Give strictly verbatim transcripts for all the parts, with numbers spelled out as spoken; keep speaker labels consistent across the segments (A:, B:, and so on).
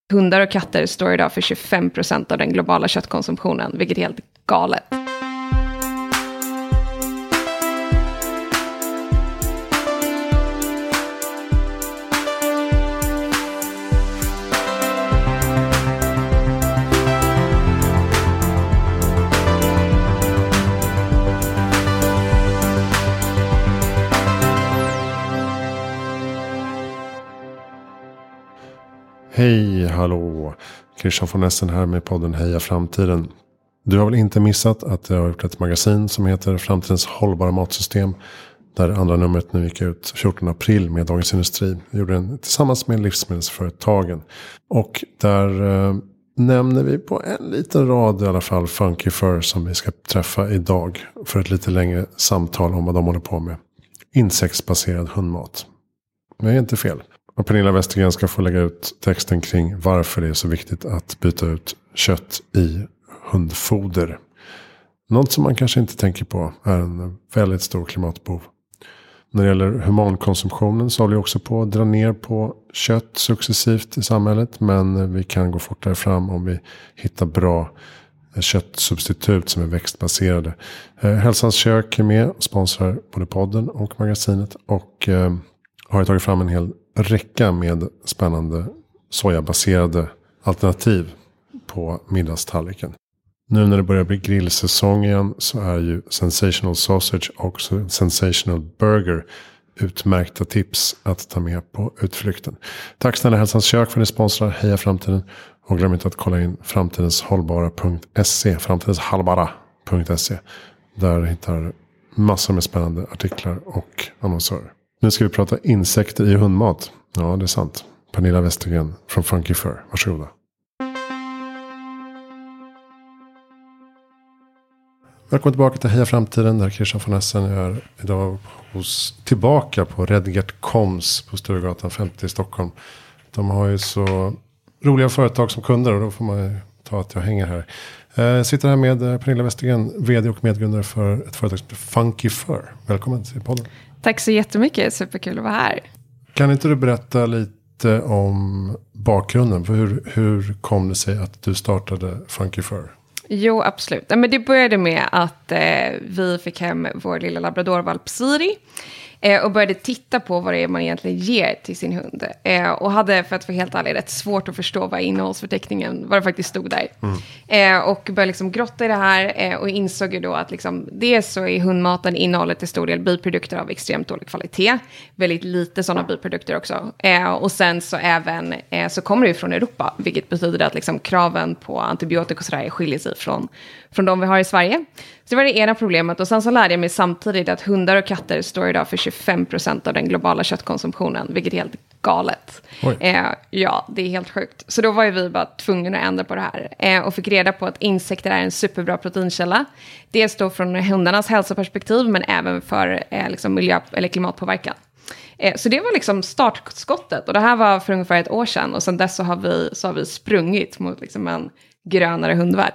A: Hundar och katter står idag för tjugofem procent av den globala köttkonsumtionen, vilket är helt galet.
B: Hej, hallå! Christian von Essen här med podden Heja Framtiden. Du har väl inte missat att jag har gjort ett magasin som heter Framtidens hållbara matsystem. Där andra numret nu gick ut fjortonde april med Dagens Industri. Jag gjorde den tillsammans med livsmedelsföretagen. Och där eh, nämner vi på en liten rad i alla fall Funky Fur som vi ska träffa idag. För ett lite längre samtal om vad de håller på med. Insektsbaserad hundmat. Men det är inte fel. Och Pernilla Westergren ska få lägga ut texten kring varför det är så viktigt att byta ut kött i hundfoder. Något som man kanske inte tänker på är en väldigt stor klimatbov. När det gäller humankonsumtionen så håller vi också på att dra ner på kött successivt i samhället. Men vi kan gå fortare fram om vi hittar bra köttsubstitut som är växtbaserade. Eh, Hälsans kök är med och sponsrar både podden och magasinet. Och eh, har tagit fram en hel räcka med spännande sojabaserade alternativ på middagstallriken. Nu när det börjar bli grillsäsong igen så är ju Sensational Sausage och Sensational Burger utmärkta tips att ta med på utflykten. Tack snälla Hälsans kök för att ni sponsrar Heja Framtiden. Och glöm inte att kolla in framtidenshållbara punkt se, framtidenshållbara punkt se. Där hittar massor med spännande artiklar och annonsörer. Nu ska vi prata insekter i hundmat. Ja, det är sant. Pernilla Westergren från Funky Fur. Varsågoda. Välkommen tillbaka till Heja Framtiden. Där Christian von Essen är idag hos, tillbaka på Redgert Koms på Sturegatan femtio i Stockholm. De har ju så roliga företag som kunder och då får man ju ta att jag hänger här. Jag sitter här med Pernilla Westergren, vd och medgrundare för ett företag som heter Funky Fur. Välkommen till podden.
A: Tack så jättemycket, superkul att vara här.
B: Kan inte du berätta lite om bakgrunden? Hur, hur kom det sig att du startade Funky Fur?
A: Jo, absolut. Men det började med att eh, vi fick hem vår lilla labradorvalp Siri. Eh, och började titta på vad det är man egentligen ger till sin hund. Eh, och hade, för att vara helt ärlig, rätt svårt att förstå vad innehållsförteckningen, vad det faktiskt stod där. Mm. Eh, och började liksom grotta i det här eh, och insåg ju då att liksom, dels så är hundmaten innehållet till stor del biprodukter av extremt dålig kvalitet. Väldigt lite sådana biprodukter också. Eh, och sen så även eh, så kommer det ju från Europa, vilket betyder att liksom, kraven på antibiotika och sådär skiljer sig från, från de vi har i Sverige. Så det var det ena problemet. Och sen så lärde jag mig samtidigt att hundar och katter står idag för tjugofem procent av den globala köttkonsumtionen. Vilket är helt galet. Eh, ja, det är helt sjukt. Så då var ju vi bara tvungna att ändra på det här. Eh, och fick reda på att insekter är en superbra proteinkälla. Dels då från hundarnas hälsoperspektiv men även för eh, liksom miljö- eller klimatpåverkan. Eh, så det var liksom startskottet. Och det här var för ungefär ett år sedan. Och sen dess så har vi, så har vi sprungit mot liksom en grönare hundvärld.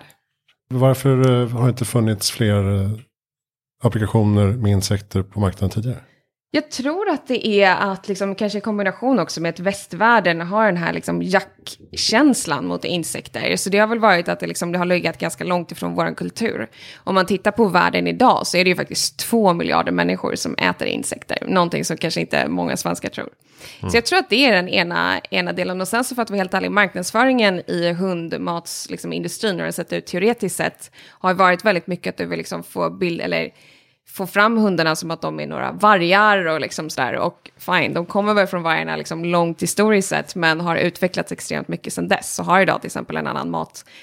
B: Varför har det inte funnits fler applikationer med insekter på marknaden tidigare?
A: Jag tror att det är att liksom, kanske i kombination också med att västvärlden har den här liksom, jackkänslan mot insekter. Så det har väl varit att det, liksom, det har legat ganska långt ifrån vår kultur. Om man tittar på världen idag så är det ju faktiskt två miljarder människor som äter insekter. Någonting som kanske inte många svenskar tror. Mm. Så jag tror att det är den ena, ena delen. Och sen så för att vara helt ärlig, marknadsföringen i hundmatsindustrin, liksom, när den sett ut teoretiskt sett, har varit väldigt mycket att du vill liksom, få bild eller få fram hundarna som att de är några vargar och liksom sådär. Och fine, de kommer väl från vargarna liksom långt historiskt sett, men har utvecklats extremt mycket sedan dess. Så har idag till exempel en annan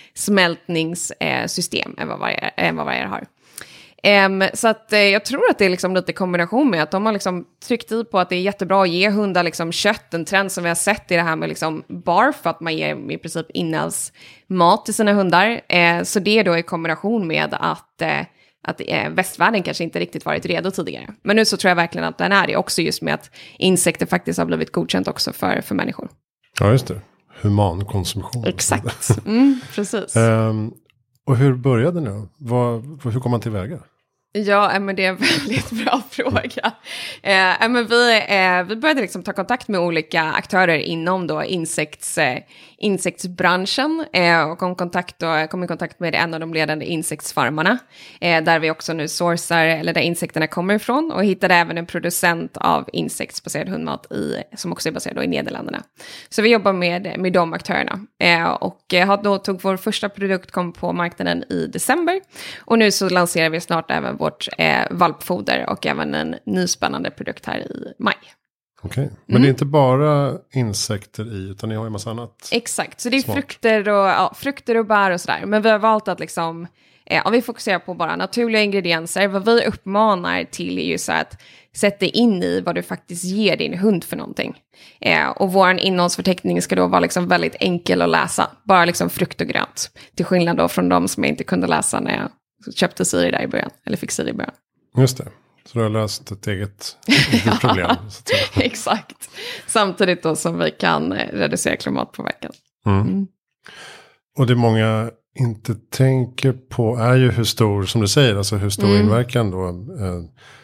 A: matsmältningssystem än vad vargar, än vad vargar har. Um, så att, uh, jag tror att det är liksom lite kombination med att de har liksom tryckt i på att det är jättebra att ge hundar liksom kött. En trend som vi har sett i det här med liksom barf, att man ger i princip inälvsmat till sina hundar. Uh, så det är då i kombination med att... Uh, att eh, västvärlden kanske inte riktigt varit redo tidigare. Men nu så tror jag verkligen att den är det. Också just med att insekter faktiskt har blivit godkänt också för, för människor.
B: Ja, just det. Humankonsumtion.
A: Exakt. Mm, precis.
B: um, och hur började det nu? Vad, hur kom man tillväga?
A: Ja, men det är en väldigt bra fråga. Eh, men vi, eh, vi började liksom ta kontakt med olika aktörer inom då insekts, eh, insektsbranschen eh, och kom, kontakt då, kom i kontakt med en av de ledande insektsfarmarna eh, där vi också nu sourcar, eller där insekterna kommer ifrån, och hittade även en producent av insektsbaserad hundmat i, som också är baserad då i Nederländerna. Så vi jobbar med, med de aktörerna eh, och eh, då tog vår första produkt kom på marknaden i december, och nu så lanserar vi snart även vårt eh, valpfoder och även en ny spännande produkt här i maj.
B: Okej, okay. Men mm. det är inte bara insekter i, utan ni har ju massa annat.
A: Exakt, så det är
B: smart.
A: frukter och, ja, frukter och bär och sådär. Men vi har valt att liksom, eh, om vi fokuserar på bara naturliga ingredienser, vad vi uppmanar till är ju så att sätta in i vad du faktiskt ger din hund för någonting. Eh, och vår innehållsförteckning ska då vara liksom väldigt enkel att läsa, bara liksom frukt och grönt. Till skillnad då från de som jag inte kunde läsa när jag köpte Siri där i början, eller fick Siri i början.
B: Just det. Så du har löst ett eget, eget problem. Så att säga.
A: Exakt. Samtidigt då som vi kan reducera klimatpåverkan.
B: Mm. Mm. Och det många inte tänker på är ju hur stor, som du säger, alltså hur stor mm. inverkan då eh,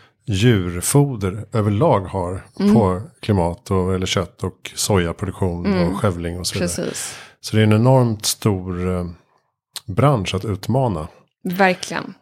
B: djurfoder överlag har mm. på klimat och, eller kött och sojaproduktion mm. och skövling och så vidare.
A: Precis.
B: Så det är en enormt stor eh, bransch att utmana.
A: Verkligen.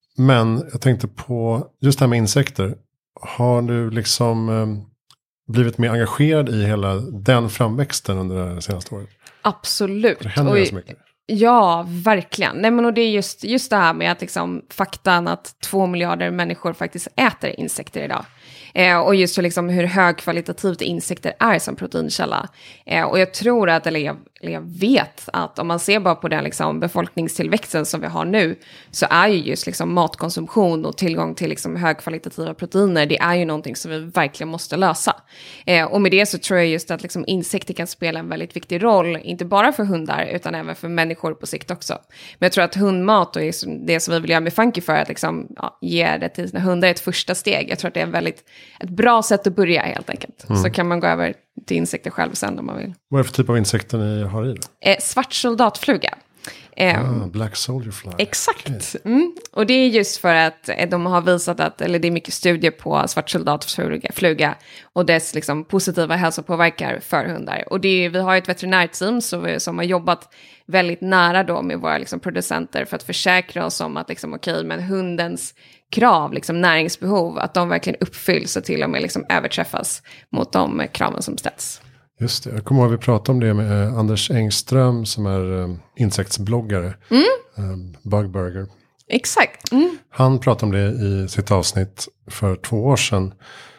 B: Men jag tänkte på just det här med insekter. Har du liksom eh, blivit mer engagerad i hela den framväxten under det senaste året?
A: Absolut.
B: Det händer ju så mycket.
A: Ja, verkligen. Nej, men och det är just, just det här med att liksom, faktan att två miljarder människor faktiskt äter insekter idag. Eh, och just liksom hur högkvalitativt insekter är som proteinkälla. Eh, och jag tror att, eller jag, eller jag vet att om man ser bara på den liksom befolkningstillväxten som vi har nu, så är ju just liksom matkonsumtion och tillgång till liksom högkvalitativa proteiner, det är ju någonting som vi verkligen måste lösa. Eh, och med det så tror jag just att liksom insekter kan spela en väldigt viktig roll, inte bara för hundar utan även för människor på sikt också. Men jag tror att hundmat och det som vi vill göra med Funky för att liksom, ja, ge det till sina hundar är ett första steg. Jag tror att det är en väldigt ett bra sätt att börja helt enkelt. Mm. Så kan man gå över till insekter själv sen om man vill.
B: Vad är det för typ av insekter ni har i det?
A: Eh, svart soldatfluga.
B: Eh, ah, Black Soldier Fly.
A: Exakt. Okay. Mm. Och det är just för att eh, de har visat att, eller det är mycket studier på svart soldatfluga fluga, och dess liksom, positiva hälsopåverkar för hundar. Och det är, vi har ett veterinärteam som, som har jobbat väldigt nära då med våra liksom, producenter för att försäkra oss om att liksom, okej, okay, men hundens krav, liksom näringsbehov, att de verkligen uppfylls och till och med liksom överträffas mot de kraven som ställs.
B: Just det, jag kommer ihåg att vi pratade om det med eh, Anders Engström som är eh, insektsbloggare,
A: mm.
B: eh, Bugburger.
A: Exakt. Mm.
B: Han pratade om det i sitt avsnitt för två år sedan.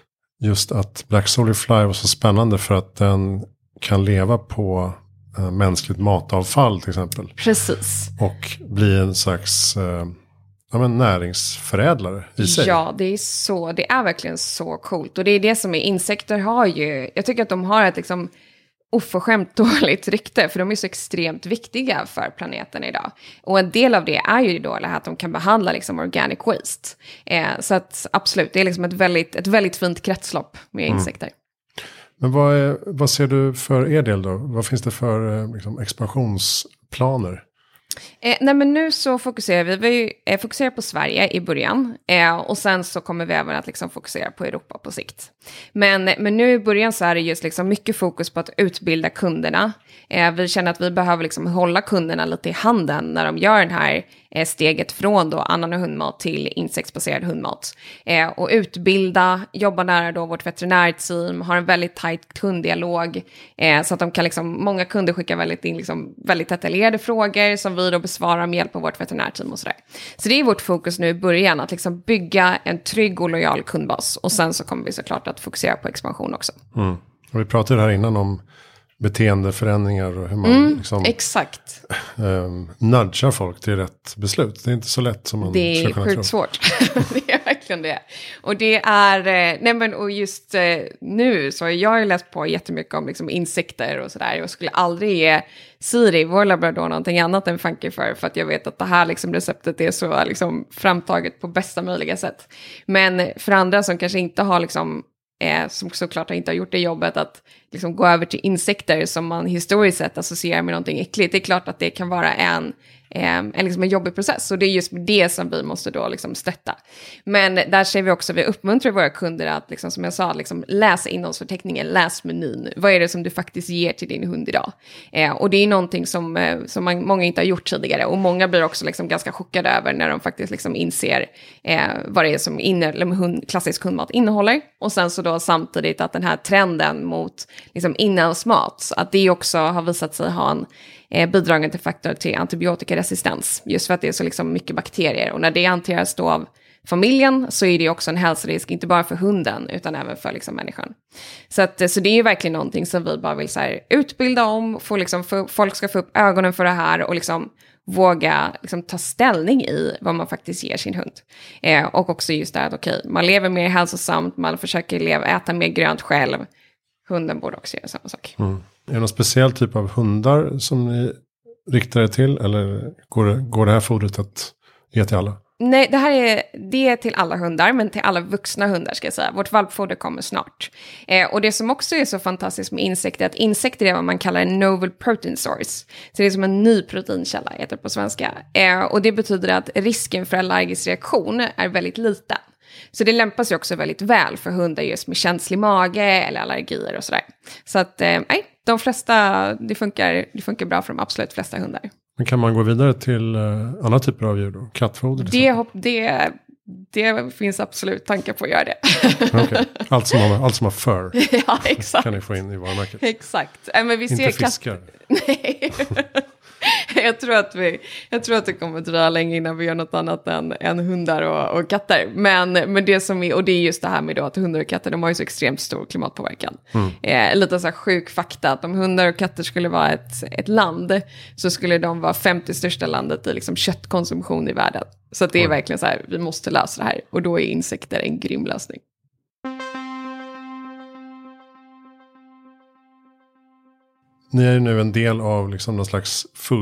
B: Just att Black Soldier Fly var så spännande för att den kan leva på eh, mänskligt matavfall till exempel.
A: Precis.
B: Och bli en slags eh, ja, men näringsförädlare i sig.
A: Ja, det är så, det är verkligen så coolt. Och det är det som är, insekter har ju, jag tycker att de har ett liksom oförskämt dåligt rykte, för de är så extremt viktiga för planeten idag. Och en del av det är ju då att de kan behandla liksom organic waste. Eh, så att absolut, det är liksom ett väldigt, ett väldigt fint kretslopp med insekter. Mm.
B: Men vad, är, vad ser du för er del då? Vad finns det för liksom, expansionsplaner?
A: Eh, nej men nu så fokuserar vi, vi eh, fokuserar på Sverige i början eh, och sen så kommer vi även att liksom fokusera på Europa på sikt. Men, men nu i början så är det just liksom mycket fokus på att utbilda kunderna. Eh, vi känner att vi behöver liksom hålla kunderna lite i handen när de gör den här eh, steget från då annan och hundmat till insektsbaserad hundmat. Eh, och utbilda, jobba nära då vårt veterinärteam, har en väldigt tajt kunddialog eh, så att de kan liksom, många kunder skickar väldigt, in, liksom, väldigt detaljerade frågor som vi då besvarar med hjälp av vårt veterinärteam och sådär. Så det är vårt fokus nu i början, att liksom bygga en trygg och lojal kundbas. Och sen så kommer vi såklart att fokusera på expansion också.
B: Mm. Och vi pratade här innan om beteendeförändringar och hur man
A: mm,
B: liksom,
A: exakt.
B: Um, nudgar folk till rätt beslut. Det är inte så lätt som man
A: det
B: skulle kunna tro.
A: Det är sjukt svårt. Det är verkligen det. Och det är, nej men och just eh, nu så har jag läst på jättemycket om liksom insekter och sådär. Jag skulle aldrig ge Siri, vår labrador, någonting annat än Funky för, för att jag vet att det här liksom receptet är så liksom framtaget på bästa möjliga sätt. Men för andra som kanske inte har liksom Eh, som såklart inte har gjort det jobbet att liksom gå över till insekter som man historiskt sett associerar med någonting äckligt. Det är klart att det kan vara en, en, liksom en jobbig process. Och det är just det som vi måste då liksom stötta. Men där ser vi också, vi uppmuntrar våra kunder att, liksom, som jag sa, liksom, läsa innehållsförteckningen, läs menyn. Vad är det som du faktiskt ger till din hund idag? Eh, och det är någonting som, eh, som man, många inte har gjort tidigare. Och många blir också liksom ganska chockade över när de faktiskt liksom inser eh, vad det är som inne, hund, klassisk hundmat innehåller. Och sen så då samtidigt att den här trenden mot liksom, innehållsmat, att det också har visat sig ha en eh, bidragande faktor till antibiotikaresistens. Just för att det är så liksom, mycket bakterier. Och när det hanteras då av familjen så är det också en hälsorisk, inte bara för hunden utan även för liksom, människan. Så, att, så det är ju verkligen någonting som vi bara vill så här, utbilda om, få, liksom, få, folk ska få upp ögonen för det här och liksom, våga liksom, ta ställning i vad man faktiskt ger sin hund. Eh, och också just det att okej, man lever mer hälsosamt, man försöker leva, äta mer grönt själv. Hunden borde också göra samma sak.
B: Mm. Är det någon speciell typ av hundar som ni riktar er till? Eller går det, går det här fodret att ge till alla?
A: Nej, det här är, det är till alla hundar, men till alla vuxna hundar ska jag säga. Vårt valpfoder kommer snart. Eh, och det som också är så fantastiskt med insekter är att insekter är vad man kallar en novel protein source. Så det är som en ny proteinkälla, heter det på svenska. Eh, och det betyder att risken för allergisk reaktion är väldigt liten. Så det lämpar sig också väldigt väl för hundar just med känslig mage eller allergier och sådär. Så att, eh, nej, de flesta, det funkar, det funkar bra för de absolut flesta hundar.
B: Men kan man gå vidare till uh, andra typer av djur då? Kattfoder?
A: Det, det, det finns absolut tankar på att göra det.
B: Okay. Allt som har, allt som har fur
A: ja, exakt.
B: kan ni få in i varumärket.
A: Exakt. Äh, men vi
B: Inte
A: ser
B: fiskar.
A: Nej. jag, tror att vi, jag tror att det kommer att dröja länge innan vi gör något annat än, än hundar och, och katter. Men, men det som är, och det är just det här med då att hundar och katter, de har ju så extremt stor klimatpåverkan. Mm. Eh, lite så här sjuk fakta att om hundar och katter skulle vara ett, ett land så skulle de vara femte största landet i liksom köttkonsumtion i världen. Så att det är mm. verkligen så här, vi måste lösa det här. Och då är insekter en grym lösning.
B: Ni är ju nu en del av liksom någon slags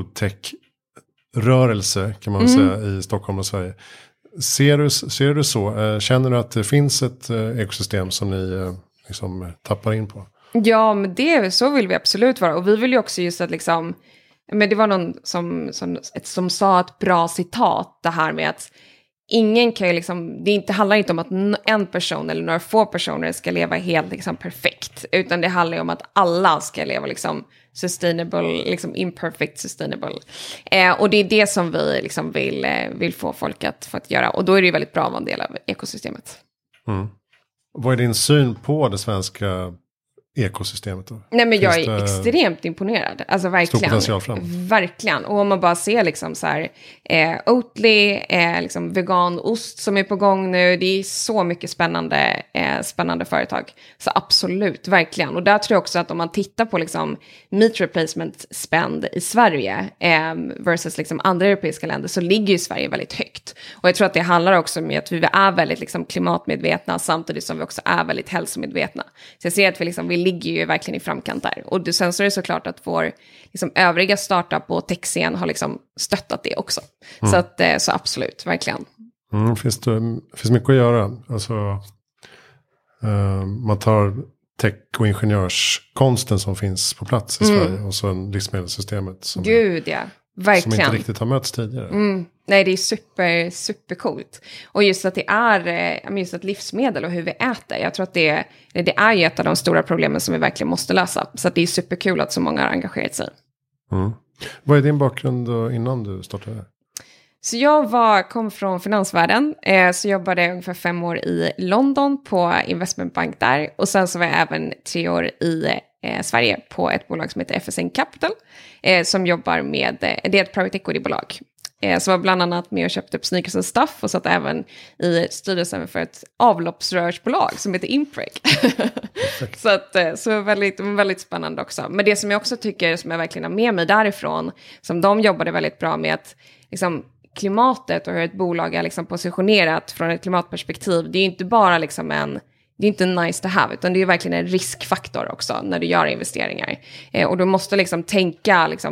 B: foodtech-rörelse kan man mm. säga i Stockholm och Sverige. Ser du, ser du så? Känner du att det finns ett ekosystem som ni liksom tappar in på?
A: Ja, men det, så vill vi absolut vara. Och vi vill ju också just att liksom, men det var någon som, som, ett, som sa ett bra citat, det här med att ingen kan ju liksom, det inte, handlar inte om att en person eller några få personer ska leva helt liksom perfekt, utan det handlar ju om att alla ska leva liksom sustainable, liksom imperfect sustainable. Eh, och det är det som vi liksom vill, vill få folk att, för att göra. Och då är det ju väldigt bra att vara en del av ekosystemet.
B: Mm. Vad är din syn på det svenska ekosystemet då?
A: Nej, men jag är extremt imponerad. Alltså verkligen.
B: Stor potential fram.
A: Verkligen. Och om man bara ser liksom så här, eh, Oatly, eh, liksom veganost som är på gång nu. Det är så mycket spännande, eh, spännande företag. Så absolut, verkligen. Och där tror jag också att om man tittar på liksom meat replacement spend i Sverige eh, versus liksom andra europeiska länder, så ligger ju Sverige väldigt högt. Och jag tror att det handlar också om att vi är väldigt liksom klimatmedvetna samtidigt som vi också är väldigt hälsomedvetna. Så jag ser att vi liksom vill ligger ju verkligen i framkant där. Och det, sen så är det såklart att vår liksom, övriga startup och techscen har liksom stöttat det också. Mm. Så, att, så absolut, verkligen.
B: Mm, finns det finns mycket att göra. Alltså, uh, man tar tech- och ingenjörskonsten som finns på plats i mm. Sverige och så livsmedelssystemet som,
A: Gud, ja. Verkligen.
B: Som inte riktigt har mötts tidigare.
A: Mm. Nej, det är super, super coolt. Och just att det är just att livsmedel och hur vi äter. Jag tror att det, det är ju ett av de stora problemen som vi verkligen måste lösa. Så att det är superkul att så många har engagerat sig.
B: Mm. Vad är din bakgrund då innan du startade?
A: Så jag var, kom från finansvärlden. Eh, så jobbade ungefär fem år i London på investmentbank där. Och sen så var jag även tre år i eh, Sverige på ett bolag som heter F S N Capital. Eh, som jobbar med, eh, det är ett private equity-bolag. Eh, så var bland annat med och köpte upp Sneakers och Stuff. Och satt även i styrelsen för ett avloppsrörsbolag som heter Impreg. så att, eh, så väldigt, väldigt spännande också. Men det som jag också tycker, som jag verkligen har med mig därifrån, som de jobbade väldigt bra med att liksom, klimatet och hur ett bolag är liksom positionerat från ett klimatperspektiv, det är ju inte bara liksom en, det är inte nice to have, utan det är verkligen en riskfaktor också när du gör investeringar. Eh, och du måste liksom tänka liksom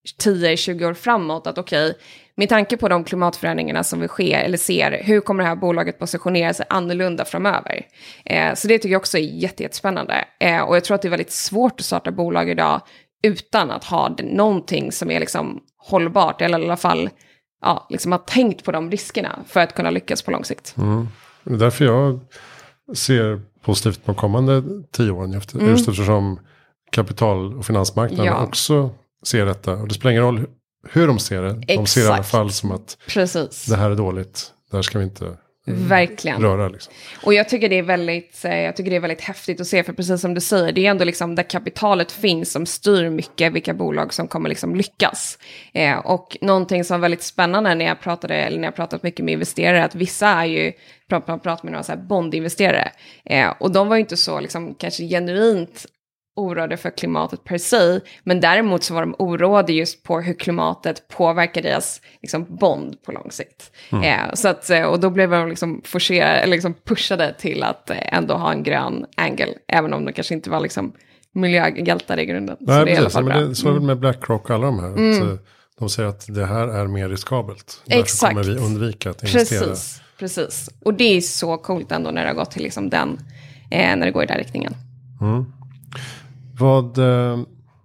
A: tio tjugo år framåt att okej, okay, med tanke på de klimatförändringarna som vi sker eller ser, hur kommer det här bolaget positionera sig annorlunda framöver? Eh, så det tycker jag också är jätte, jättespännande. Eh, och jag tror att det är väldigt svårt att starta bolag idag utan att ha det, någonting som är liksom hållbart, eller i alla fall ja, liksom ha tänkt på de riskerna för att kunna lyckas på lång sikt.
B: Mm. Det är därför jag ser positivt på kommande tio åren, efter, mm. just eftersom kapital- och finansmarknaden ja. också ser detta. Och det spelar ingen roll hur de ser det. De
A: Exakt.
B: ser i alla fall som att
A: Precis.
B: Det här är dåligt. Det här ska vi inte mm,
A: Verkligen.
B: röra. Liksom.
A: Och jag tycker, det är väldigt, jag tycker det är väldigt häftigt att se. För precis som du säger, det är ändå liksom där kapitalet finns som styr mycket vilka bolag som kommer liksom lyckas. Eh, och någonting som är väldigt spännande när jag pratade, eller när jag pratat mycket med investerare, att vissa är ju, pratar prat med några så här bondinvesterare. Eh, och de var ju inte så liksom kanske genuint oroade för klimatet per se, men däremot så var de oroade just på hur klimatet påverkar deras liksom, bond på lång sikt. Mm. Eh, så att, och då blev de liksom, forcerade, eller liksom pushade till att eh, ändå ha en grön angle, även om de kanske inte var liksom, miljöhjältar i grunden.
B: Nej,
A: så det är
B: precis,
A: i alla fall
B: men det så är det med BlackRock och alla de här. Mm. Att, de säger att det här är mer riskabelt. Därför
A: Exakt.
B: kommer vi undvika att investera.
A: Precis, precis. Och det är så coolt ändå när det har gått till liksom, den, eh, när det går i den riktningen.
B: Mm. Vad, eh,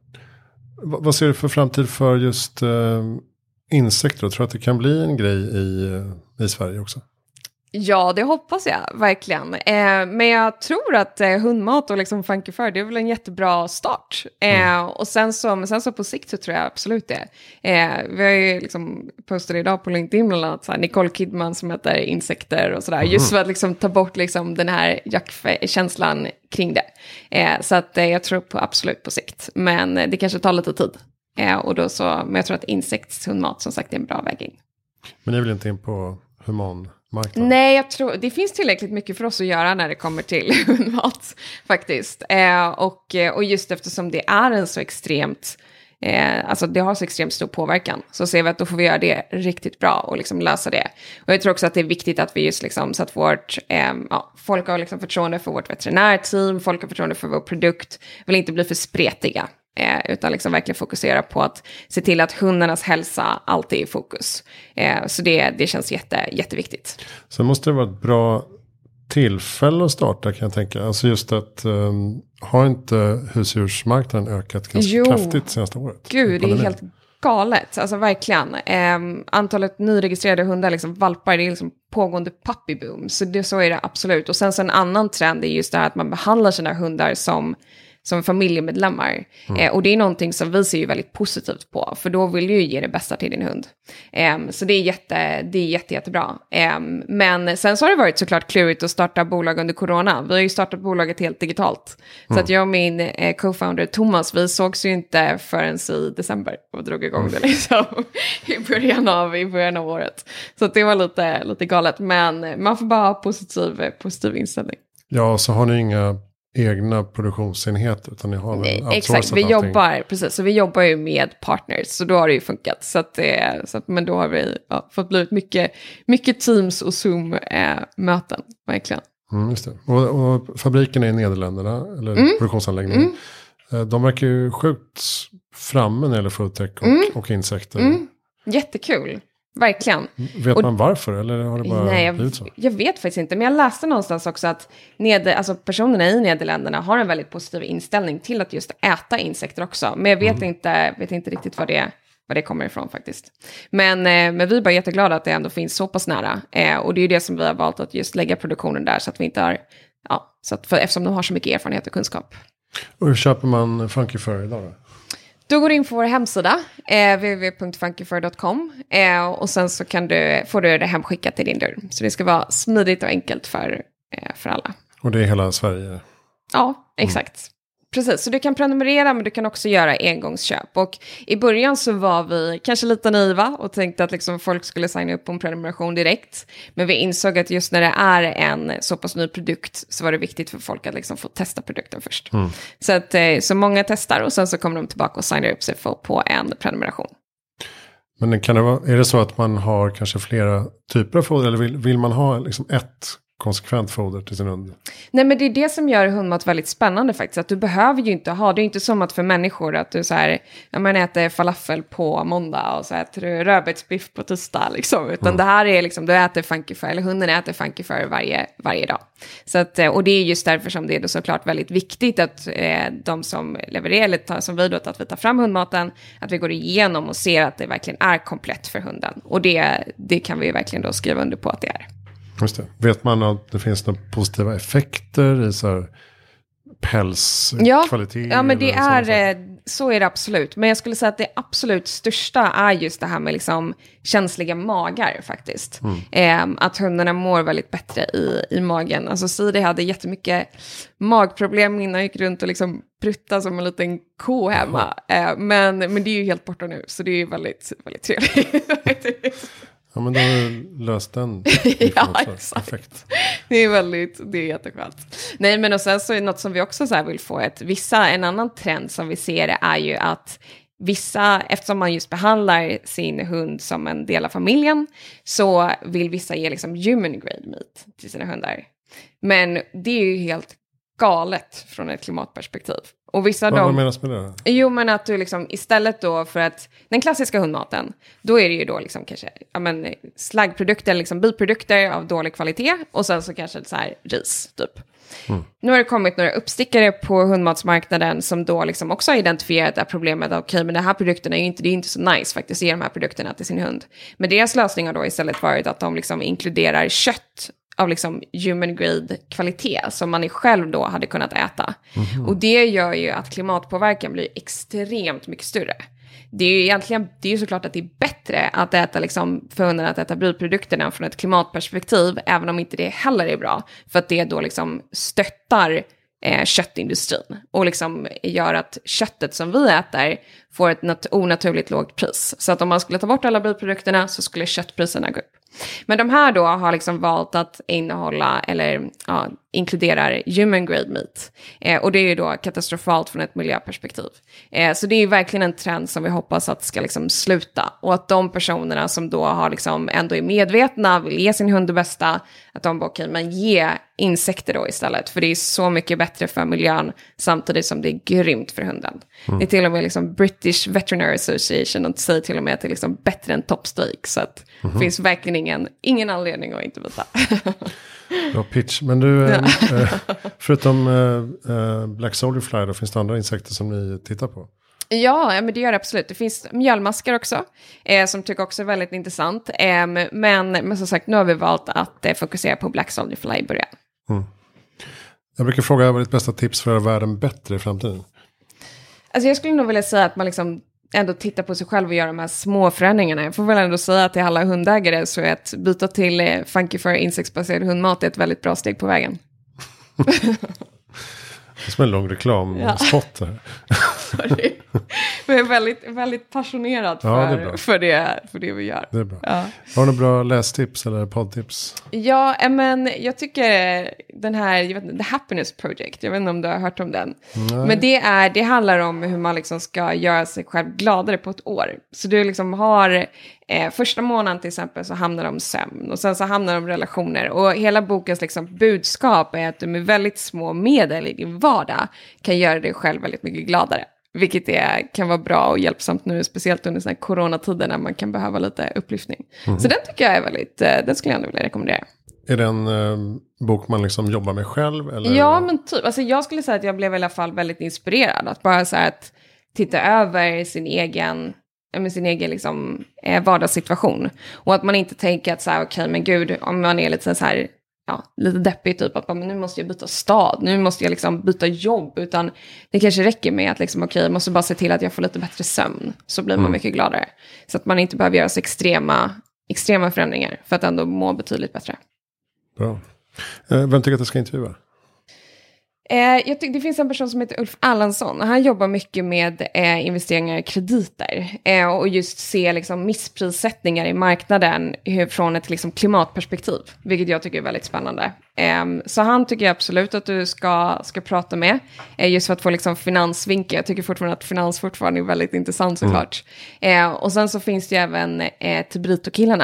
B: vad ser du för framtid för just eh, insekter? Jag tror att det kan bli en grej i, i Sverige också.
A: Ja, det hoppas jag verkligen. Eh, men jag tror att eh, hundmat och liksom funky fur, det är väl en jättebra start. Eh, mm. Och sen så, men sen så på sikt så tror jag absolut det. Eh, vi har ju liksom postat idag på LinkedIn bland annat så här, Nicole Kidman som heter insekter och sådär. Mm. Just för att liksom ta bort liksom den här jaktkänslan kring det. Eh, så att eh, jag tror på absolut på sikt. Men eh, det kanske tar lite tid. Eh, och då så, men jag tror att insektshundmat som sagt är en bra väg in.
B: Men ni vill inte in på human marknaden?
A: Nej, jag tror det finns tillräckligt mycket för oss att göra när det kommer till hundmat faktiskt. Eh, och, och just eftersom det är en så extremt, eh, alltså det har så extremt stor påverkan, så ser vi att då får vi göra det riktigt bra och liksom lösa det. Och jag tror också att det är viktigt att vi just liksom, så att vårt, eh, ja, folk har liksom förtroende för vårt veterinärteam, folk har förtroende för vår produkt, vill inte bli för spretiga. Eh, utan liksom verkligen fokusera på att se till att hundarnas hälsa alltid är i fokus. Eh, så det, det känns jätte, jätteviktigt.
B: Så måste det vara ett bra tillfälle att starta, kan jag tänka. Alltså just att um, har inte husdjursmarknaden ökat ganska jo. kraftigt senaste året?
A: Gud, det är helt galet. Alltså verkligen. Eh, antalet nyregistrerade hundar, liksom valpar, det är liksom pågående puppyboom. Så, det, så är det absolut. Och sen så en annan trend är just det här att man behandlar sina hundar som som familjemedlemmar. Mm. Eh, och det är någonting som vi ser ju väldigt positivt på. För då vill du ju ge det bästa till din hund. Eh, så det är, jätte, det är jätte, jättebra. Eh, men sen så har det varit såklart klurigt att starta bolag under corona. Vi har ju startat bolaget helt digitalt. Mm. Så att jag och min eh, co-founder Thomas, vi sågs ju inte förrän i december. Och drog igång mm. det liksom i början av, i början av året. Så att det var lite, lite galet. Men man får bara ha positiv, positiv inställning.
B: Ja, så har ni inga egna produktionsenheter, utan ni har väl outsourcat
A: exakt, vi
B: allting.
A: jobbar, precis, så vi jobbar ju med partners, så då har det ju funkat, så att det, så att, men då har vi ja, fått blivit mycket, mycket Teams och Zoom-möten, eh, verkligen.
B: Mm, just det. Och, och fabriken är i Nederländerna, eller mm. produktionsanläggningen, mm. de verkar ju sjukt framme när det gäller foodtech och, mm. och insekter.
A: Mm. Jättekul. Verkligen.
B: Vet och, man varför, eller har det bara
A: nej,
B: blivit så?
A: Jag vet faktiskt inte, men jag läste någonstans också att neder, alltså personerna i Nederländerna har en väldigt positiv inställning till att just äta insekter också. Men jag vet, mm. inte, vet inte riktigt vad det, vad det kommer ifrån faktiskt. Men, eh, men vi är bara jätteglada att det ändå finns så pass nära. Eh, och det är ju det som vi har valt att just lägga produktionen där, så att vi inte har, ja, så att för, eftersom de har så mycket erfarenhet och kunskap.
B: Och hur köper man Funky Fur idag då?
A: Du går in på vår hemsida, eh, w w w punkt funky fur punkt com, eh, och sen så kan du, får du det hemskickat till din dörr. Så det ska vara smidigt och enkelt för, eh, för alla.
B: Och det är hela Sverige?
A: Ja, exakt. Mm. Precis, så du kan prenumerera, men du kan också göra engångsköp. Och i början så var vi kanske lite naiva och tänkte att liksom folk skulle signa upp på en prenumeration direkt. Men vi insåg att just när det är en så pass ny produkt så var det viktigt för folk att liksom få testa produkten först. Mm. Så, att, så många testar och sen så kommer de tillbaka och signar upp sig för, på en prenumeration.
B: Men kan det vara, är det så att man har kanske flera typer av foder, eller vill, vill man ha liksom ett konsekvent foder till sin hund?
A: Nej, men det är det som gör hundmat väldigt spännande faktiskt. Att du behöver ju inte ha, det är inte som att för människor att du så här, ja, man äter falafel på måndag och så äter du rödbetsbiff på tisdag liksom. Utan mm. det här är liksom, du äter Funky Fur, eller hunden äter Funky Fur varje, varje dag. Så att, och det är just därför som det är då såklart väldigt viktigt att eh, de som levererar, eller tar, som vi då, att vi tar fram hundmaten, att vi går igenom och ser att det verkligen är komplett för hunden. Och det, det kan vi verkligen då skriva under på att det är.
B: Just det. Vet man att det finns några positiva effekter i så här pälskvalitet?
A: Ja, ja, men det är, så är det absolut. Men jag skulle säga att det absolut största är just det här med liksom känsliga magar faktiskt. Mm. Eh, att hundarna mår väldigt bättre i, i magen. Alltså Siri hade jättemycket magproblem innan jag gick runt och liksom prutta som en liten ko hemma. Eh, men, men det är ju helt borta nu, så det är ju väldigt, väldigt trevligt.
B: Ja, men då har du löst den.
A: Ja, exakt. Perfekt. Det är väldigt, det är jätteskönt. Nej, men och sen så är det något som vi också så här vill få ett, vissa, en annan trend som vi ser är ju att vissa, eftersom man just behandlar sin hund som en del av familjen, så vill vissa ge liksom human grade meat till sina hundar. Men det är ju helt galet från ett klimatperspektiv. Och vissa
B: vad,
A: de,
B: vad menas med det?
A: Jo, men att du liksom istället då för att den klassiska hundmaten, då är det ju då liksom kanske ja, men, slaggprodukter, liksom biprodukter av dålig kvalitet och sen så kanske så här ris typ. Mm. Nu har det kommit några uppstickare på hundmatsmarknaden som då liksom också har identifierat det här problemet. Okej, okay, men de här produkterna är ju inte, det är inte så nice faktiskt att ge de här produkterna till sin hund. Men deras lösning har då istället varit att de liksom inkluderar kött av liksom human grade kvalitet som man själv då hade kunnat äta. Mm-hmm. Och det gör ju att klimatpåverkan blir extremt mycket större. Det är ju egentligen, det är ju såklart att det är bättre att äta liksom, för hundarna att äta brytprodukterna från ett klimatperspektiv, även om inte det heller är bra. För att det då liksom stöttar eh, köttindustrin och liksom gör att köttet som vi äter får ett nat- onaturligt lågt pris. Så att om man skulle ta bort alla brytprodukterna så skulle köttpriserna gå upp. Men de här då har liksom valt att innehålla eller ja, inkluderar human grade meat. Eh, och det är ju då katastrofalt från ett miljöperspektiv. Eh, så det är ju verkligen en trend som vi hoppas att ska liksom sluta. Och att de personerna som då har liksom ändå är medvetna, vill ge sin hund det bästa, att de bara okej, okay, men ge insekter då istället. För det är så mycket bättre för miljön samtidigt som det är grymt för hunden. Mm. Det är till och med liksom British Veterinary Association och säger till och med att det är liksom bättre än toppsteak. Så att mm-hmm. det finns verkligen ingen, ingen anledning att inte veta.
B: Bra pitch. Men du, ja. eh, förutom eh, Black Soldier Fly, då finns det andra insekter som ni tittar på?
A: Ja, men det gör det absolut. Det finns mjölmaskar också, eh, som tycker också är väldigt intressant. Eh, men, men som sagt, nu har vi valt att eh, fokusera på Black Soldier Fly i början. Mm.
B: Jag brukar fråga vad är ditt bästa tips för att göra världen bättre i framtiden?
A: Alltså jag skulle nog vilja säga att man liksom ändå tittar på sig själv och gör de här små förändringarna. Jag får väl ändå säga att till alla hundägare så är att byta till eh, Funky Fur insektsbaserad hundmat är ett väldigt bra steg på vägen.
B: Det är som en lång reklamspot ja. Här.
A: Jag är väldigt, väldigt passionerad för, ja, det för, det, för det vi gör.
B: Det är bra.
A: Ja.
B: Har du några bra lästips eller poddtips?
A: Ja, men jag tycker den här, jag vet inte, The Happiness Project, jag vet inte om du har hört om den. Nej. Men det, är, det handlar om hur man liksom ska göra sig själv gladare på ett år. Så du liksom har, eh, första månaden till exempel så handlar det om sömn och sen så handlar det om relationer. Och hela bokens liksom budskap är att du med väldigt små medel i din vardag kan göra dig själv väldigt mycket gladare. Vilket är, kan vara bra och hjälpsamt nu, speciellt under såna här coronatider när man kan behöva lite upplyftning. Mm. Så den tycker jag är väldigt, den skulle jag ändå vilja rekommendera.
B: Är det en eh, bok man liksom jobbar med själv? Eller?
A: Ja, men typ. Alltså jag skulle säga att jag blev i alla fall väldigt inspirerad. Att bara så här att titta över sin egen, med sin egen liksom, eh, vardagssituation. Och att man inte tänker att så här, okej, okay, men gud, om man är lite så här, ja, lite deppig typ, att men nu måste jag byta stad, nu måste jag liksom byta jobb, utan det kanske räcker med att liksom, okej, okay, jag måste bara se till att jag får lite bättre sömn, så blir man mm. mycket gladare. Så att man inte behöver göra så extrema, extrema förändringar för att ändå må betydligt bättre.
B: Bra. Eh, vem tycker att jag ska intervjua?
A: Eh, jag tycker det finns en person som heter Ulf Allansson. Han jobbar mycket med eh, investeringar i krediter. Eh, och just se liksom, missprissättningar i marknaden från ett liksom, klimatperspektiv. Vilket jag tycker är väldigt spännande. Eh, så han tycker jag absolut att du ska, ska prata med. Eh, just för att få liksom, finansvinkel. Jag tycker fortfarande att finans fortfarande är väldigt intressant såklart. Mm. Eh, och sen så finns det ju även eh, Tibrito-killarna.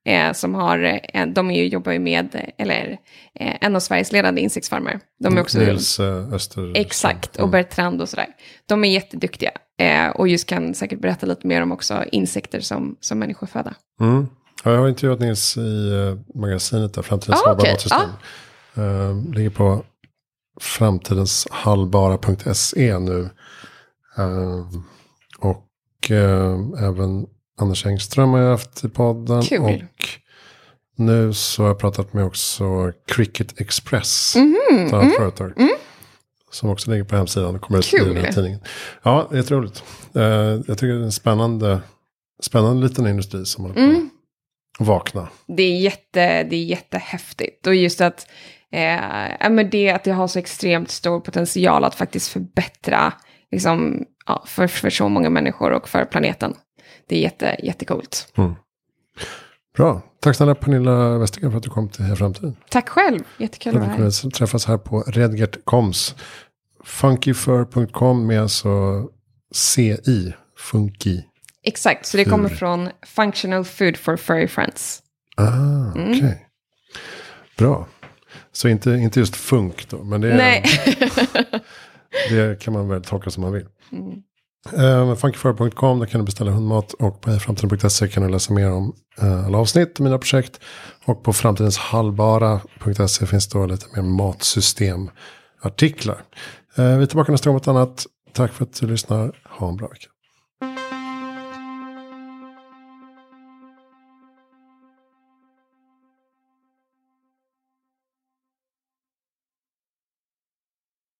A: Eh, som har, eh, de är ju, jobbar ju med, eller eh, en av Sveriges ledande insektsfarmer. De är också...
B: Nils eh, Öster.
A: Exakt, och Bertrand och sådär. De är jätteduktiga. Eh, och just kan säkert berätta lite mer om också insekter som, som människor föda.
B: Mm. Ja, jag har intervjuat Nils i uh, magasinet där, Framtidens
A: ah,
B: hållbara
A: okay.
B: matsystem. Ah. Uh, ligger på framtidenshallbara punkt se nu. Uh, och uh, även Anders Engström har jag haft i podden.
A: Kul.
B: Och nu så har jag pratat med också Cricket Express.
A: Mm-hmm.
B: Ett annat mm. företag. Mm. Som också ligger på hemsidan och kommer ut i den här tidningen. Ja, det är roligt. Uh, jag tycker det är en spännande, spännande liten industri som håller på mm. att vakna.
A: Det är, jätte, det är jättehäftigt. Och just att, eh, men det, att det har så extremt stor potential att faktiskt förbättra liksom, ja, för, för så många människor och för planeten. Det är jätte, jättecoolt.
B: Mm. Bra. Tack snälla Pernilla Westergren för att du kom till Heja Framtiden.
A: Tack själv. Jättekul att vara här.
B: Vi träffas här på Redgert punkt coms. funkyfur punkt com med alltså C I. Funky.
A: Exakt. Så det Fur. kommer från Functional Food for Furry Friends.
B: Ah, okej. Okay. Mm. Bra. Så inte, inte just funk då. Men det, är,
A: Nej.
B: det kan man väl tolka som man vill.
A: Mm.
B: Uh, funkyfur punkt com, där kan du beställa hundmat. Och på framtiden punkt se kan du läsa mer om uh, alla avsnitt och mina projekt. Och på framtidenshallbara punkt se finns då lite mer matsystemartiklar. Uh, vi är tillbaka nästa gång med ett annat. Tack för att du lyssnar. Ha en bra vecka.